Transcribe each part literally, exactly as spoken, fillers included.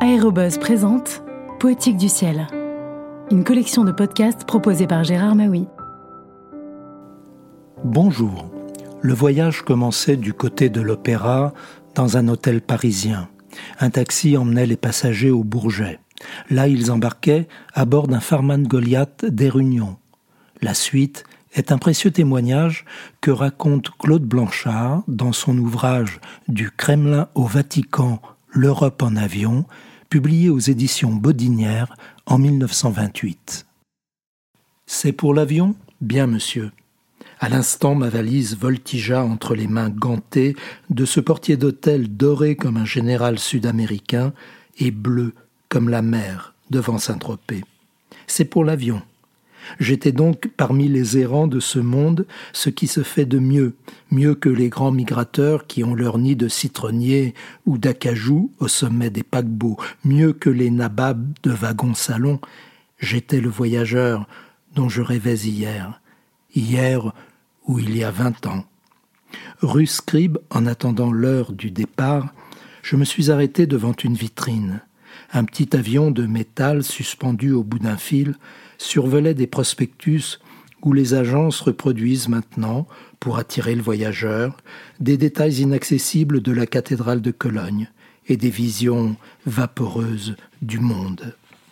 Aérobuzz présente Poétique du ciel, une collection de podcasts proposée par Gérard Maui. Bonjour. Le voyage commençait du côté de l'Opéra, dans un hôtel parisien. Un taxi emmenait les passagers au Bourget. Là, ils embarquaient à bord d'un Farman Goliath d'Air Union. La suite est un précieux témoignage que raconte Claude Blanchard dans son ouvrage « Du Kremlin au Vatican, l'Europe en avion », publié aux éditions Bodinière en mille neuf cent vingt-huit. « C'est pour l'avion ? Bien, monsieur. » À l'instant, ma valise voltigea entre les mains gantées de ce portier d'hôtel doré comme un général sud-américain et bleu comme la mer devant Saint-Tropez. C'est pour l'avion. J'étais donc parmi les errants de ce monde, ce qui se fait de mieux, mieux que les grands migrateurs qui ont leur nid de citronniers ou d'acajou au sommet des paquebots, mieux que les nababs de wagons-salons. J'étais le voyageur dont je rêvais hier, hier ou il y a vingt ans. Rue Scribe, en attendant l'heure du départ, je me suis arrêté devant une vitrine. Un petit avion de métal suspendu au bout d'un fil survolait des prospectus où les agences reproduisent maintenant, pour attirer le voyageur, des détails inaccessibles de la cathédrale de Cologne et des visions vaporeuses du monde.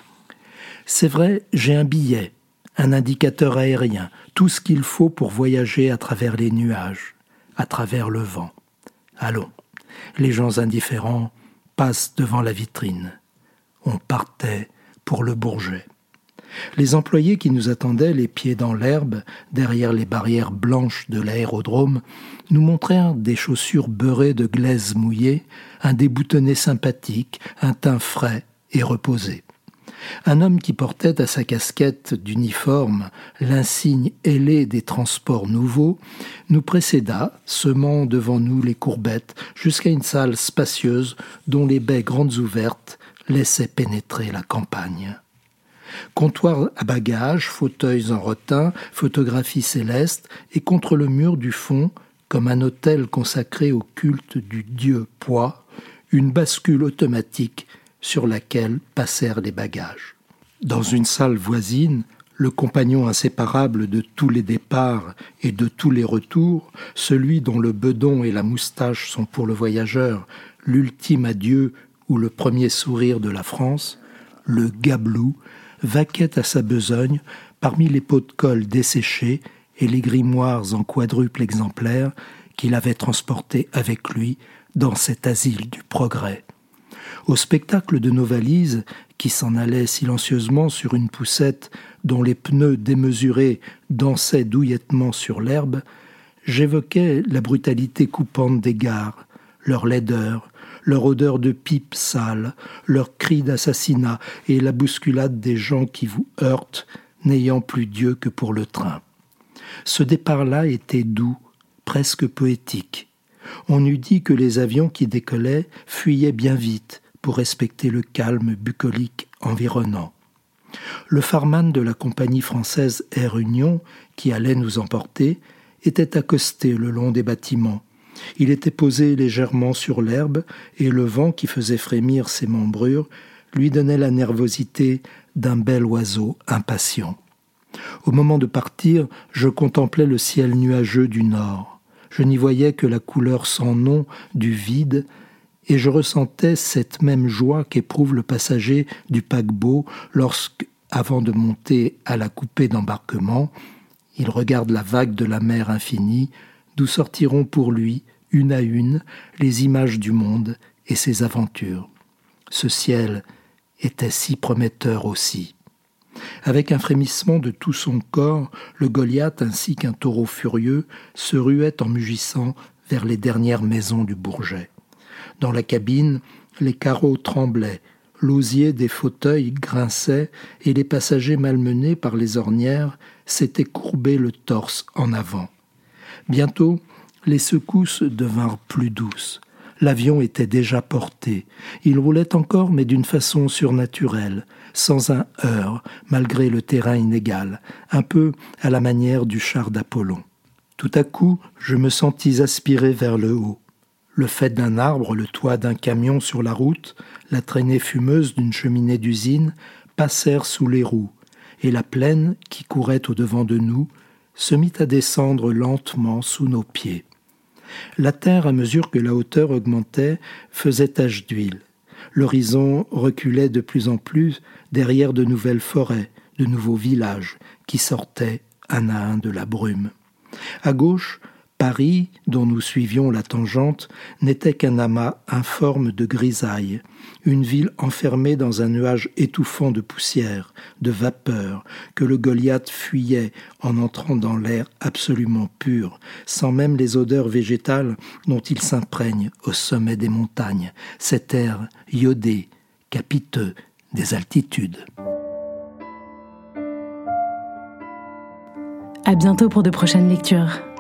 C'est vrai, j'ai un billet, un indicateur aérien, tout ce qu'il faut pour voyager à travers les nuages, à travers le vent. Allons, les gens indifférents passent devant la vitrine. On partait pour le Bourget. Les employés qui nous attendaient, les pieds dans l'herbe, derrière les barrières blanches de l'aérodrome, nous montrèrent des chaussures beurrées de glaise mouillée, un déboutonné sympathique, un teint frais et reposé. Un homme qui portait à sa casquette d'uniforme l'insigne ailé des transports nouveaux nous précéda, semant devant nous les courbettes, jusqu'à une salle spacieuse dont les baies grandes ouvertes laissaient pénétrer la campagne. Comptoir à bagages, fauteuils en rotin, photographies célestes, et contre le mur du fond, comme un autel consacré au culte du dieu poids, une bascule automatique sur laquelle passèrent les bagages. Dans une salle voisine, le compagnon inséparable de tous les départs et de tous les retours, celui dont le bedon et la moustache sont pour le voyageur l'ultime adieu ou le premier sourire de la France, le gablou vaquait à sa besogne parmi les pots de colle desséchés et les grimoires en quadruple exemplaire qu'il avait transportés avec lui dans cet asile du progrès. Au spectacle de nos valises, qui s'en allaient silencieusement sur une poussette dont les pneus démesurés dansaient douillettement sur l'herbe, j'évoquais la brutalité coupante des gares, leur laideur, leur odeur de pipe sale, leur cri d'assassinat et la bousculade des gens qui vous heurtent, n'ayant plus Dieu que pour le train. Ce départ-là était doux, presque poétique. On eût dit que les avions qui décollaient fuyaient bien vite pour respecter le calme bucolique environnant. Le Farman de la compagnie française Air Union, qui allait nous emporter, était accosté le long des bâtiments. Il était posé légèrement sur l'herbe et le vent qui faisait frémir ses membrures lui donnait la nervosité d'un bel oiseau impatient. Au moment de partir, je contemplais le ciel nuageux du nord. Je n'y voyais que la couleur sans nom du vide et je ressentais cette même joie qu'éprouve le passager du paquebot lorsque, avant de monter à la coupée d'embarquement, il regarde la vague de la mer infinie d'où sortiront pour lui, une à une, les images du monde et ses aventures. Ce ciel était si prometteur aussi. Avec un frémissement de tout son corps, le Goliath ainsi qu'un taureau furieux se ruait en mugissant vers les dernières maisons du Bourget. Dans la cabine, les carreaux tremblaient, l'osier des fauteuils grinçait et les passagers malmenés par les ornières s'étaient courbés le torse en avant. Bientôt, les secousses devinrent plus douces. L'avion était déjà porté. Il roulait encore, mais d'une façon surnaturelle, sans un heurt, malgré le terrain inégal, un peu à la manière du char d'Apollon. Tout à coup, je me sentis aspirer vers le haut. Le faîte d'un arbre, le toit d'un camion sur la route, la traînée fumeuse d'une cheminée d'usine passèrent sous les roues, et la plaine, qui courait au-devant de nous, se mit à descendre lentement sous nos pieds. La terre, à mesure que la hauteur augmentait, faisait tache d'huile. L'horizon reculait de plus en plus derrière de nouvelles forêts, de nouveaux villages qui sortaient un à un de la brume. À gauche, Paris, dont nous suivions la tangente, n'était qu'un amas informe de grisaille, une ville enfermée dans un nuage étouffant de poussière, de vapeur, que le Goliath fuyait en entrant dans l'air absolument pur, sans même les odeurs végétales dont il s'imprègne au sommet des montagnes, cet air iodé, capiteux des altitudes. À bientôt pour de prochaines lectures.